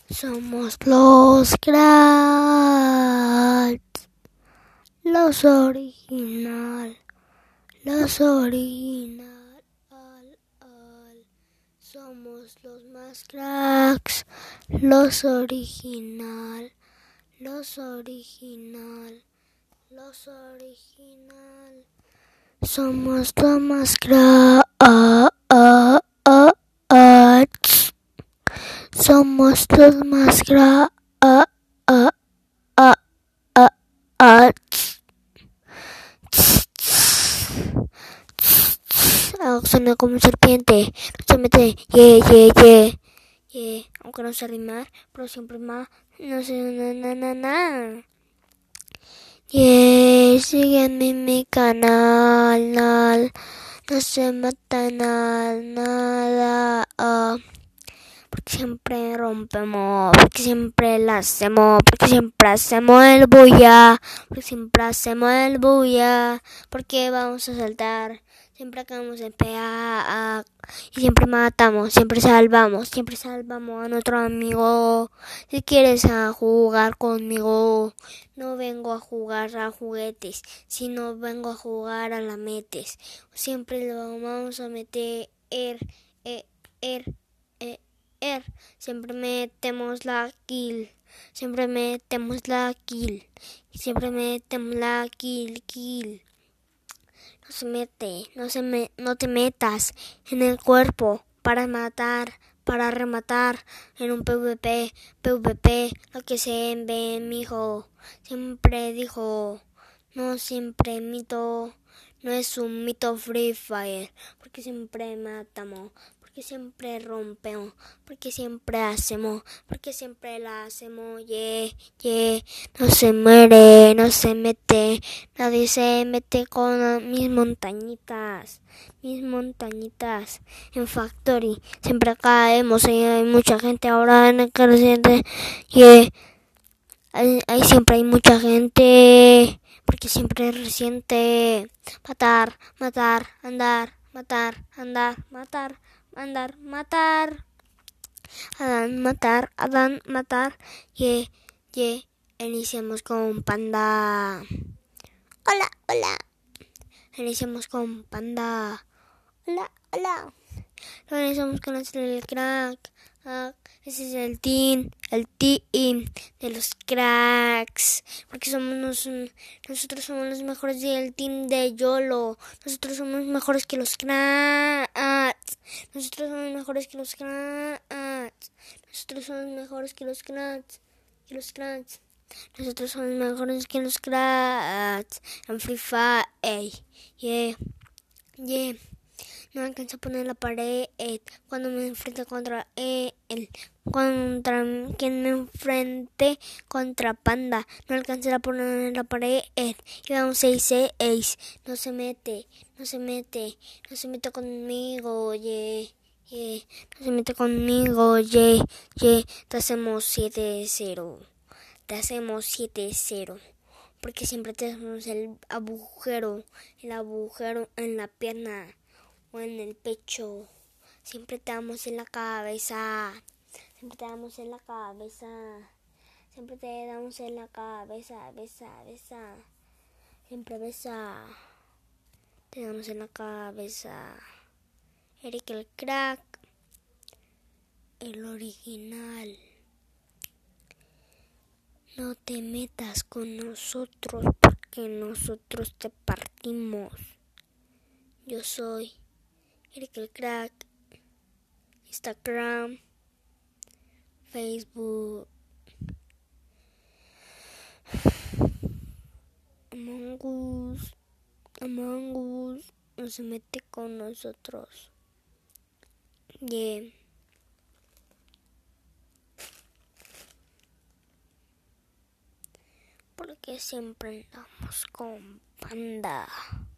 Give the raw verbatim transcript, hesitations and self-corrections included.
Somos los cracks, los original, los original, al, al. Somos los más cracks, los original, los original, los original. Somos los más cracks. Somos los más gra ah, ah, ah, ah, ah, algo suena como serpiente, no se mete, yeah, yeah, yeah, yeah, aunque no sé rimar, pero siempre más, no sé, na, na, na, na. Yeah, sígueme en mi canal, nal, no se mata nada, nada, ah. Porque siempre rompemos, porque siempre la hacemos, porque siempre hacemos el bulla, porque siempre hacemos el bulla, porque vamos a saltar, siempre acabamos de pegar y siempre matamos, siempre salvamos, siempre salvamos a nuestro amigo. Si quieres a jugar conmigo, no vengo a jugar a juguetes, sino vengo a jugar a la metes, siempre lo vamos a meter, er, er, er, er. Er, siempre metemos la kill, siempre metemos la kill, siempre metemos la kill, kill. No se mete, no se me, no te metas en el cuerpo para matar, para rematar en un PvP, PvP, lo que se ve, mijo. Siempre dijo, no siempre mito, no es un mito Free Fire, porque siempre matamos. Porque siempre rompemos, porque siempre hacemos, porque siempre la hacemos, yeah, yeah. No se muere, no se mete, nadie se mete con mis montañitas, mis montañitas en Factory. Siempre caemos y hay mucha gente ahora en el creciente, yeah. Ahí, ahí siempre hay mucha gente, porque siempre es reciente. Matar, matar, andar, matar, andar, matar. Andar, matar, Adán, matar, Adán, matar, ye, ye, iniciamos con panda. Hola, hola. Iniciamos con panda. Hola, hola. Lo iniciamos con el crack. Ah, ese es el team, el team de los cracks, porque somos nos, nosotros somos los mejores del team de YOLO. Nosotros somos mejores que los cracks. Nosotros somos mejores que los cracks. Nosotros somos mejores que los cracks. Que los cracks. Nosotros somos mejores que los cracks. En Free Fire, ey, yeah, yeah. No alcanzo a poner la pared cuando me enfrente contra él, contra quien me enfrente contra Panda. No alcancé a poner la pared y vamos seis seis. No se mete, no se mete, no se mete conmigo, yeah, yeah. No se mete conmigo, yeah, yeah. Te hacemos siete cero, te hacemos siete cero. Porque siempre te hacemos el agujero, el agujero en la pierna o en el pecho, siempre te damos en la cabeza, siempre te damos en la cabeza, siempre te damos en la cabeza, besa, besa, siempre besa, te damos en la cabeza. Eric el crack, el original. No te metas con nosotros porque nosotros te partimos. Yo soy Eric el crack, Instagram, Facebook, Among Us, Among Us, no se mete con nosotros. Yeah. Porque siempre andamos con panda.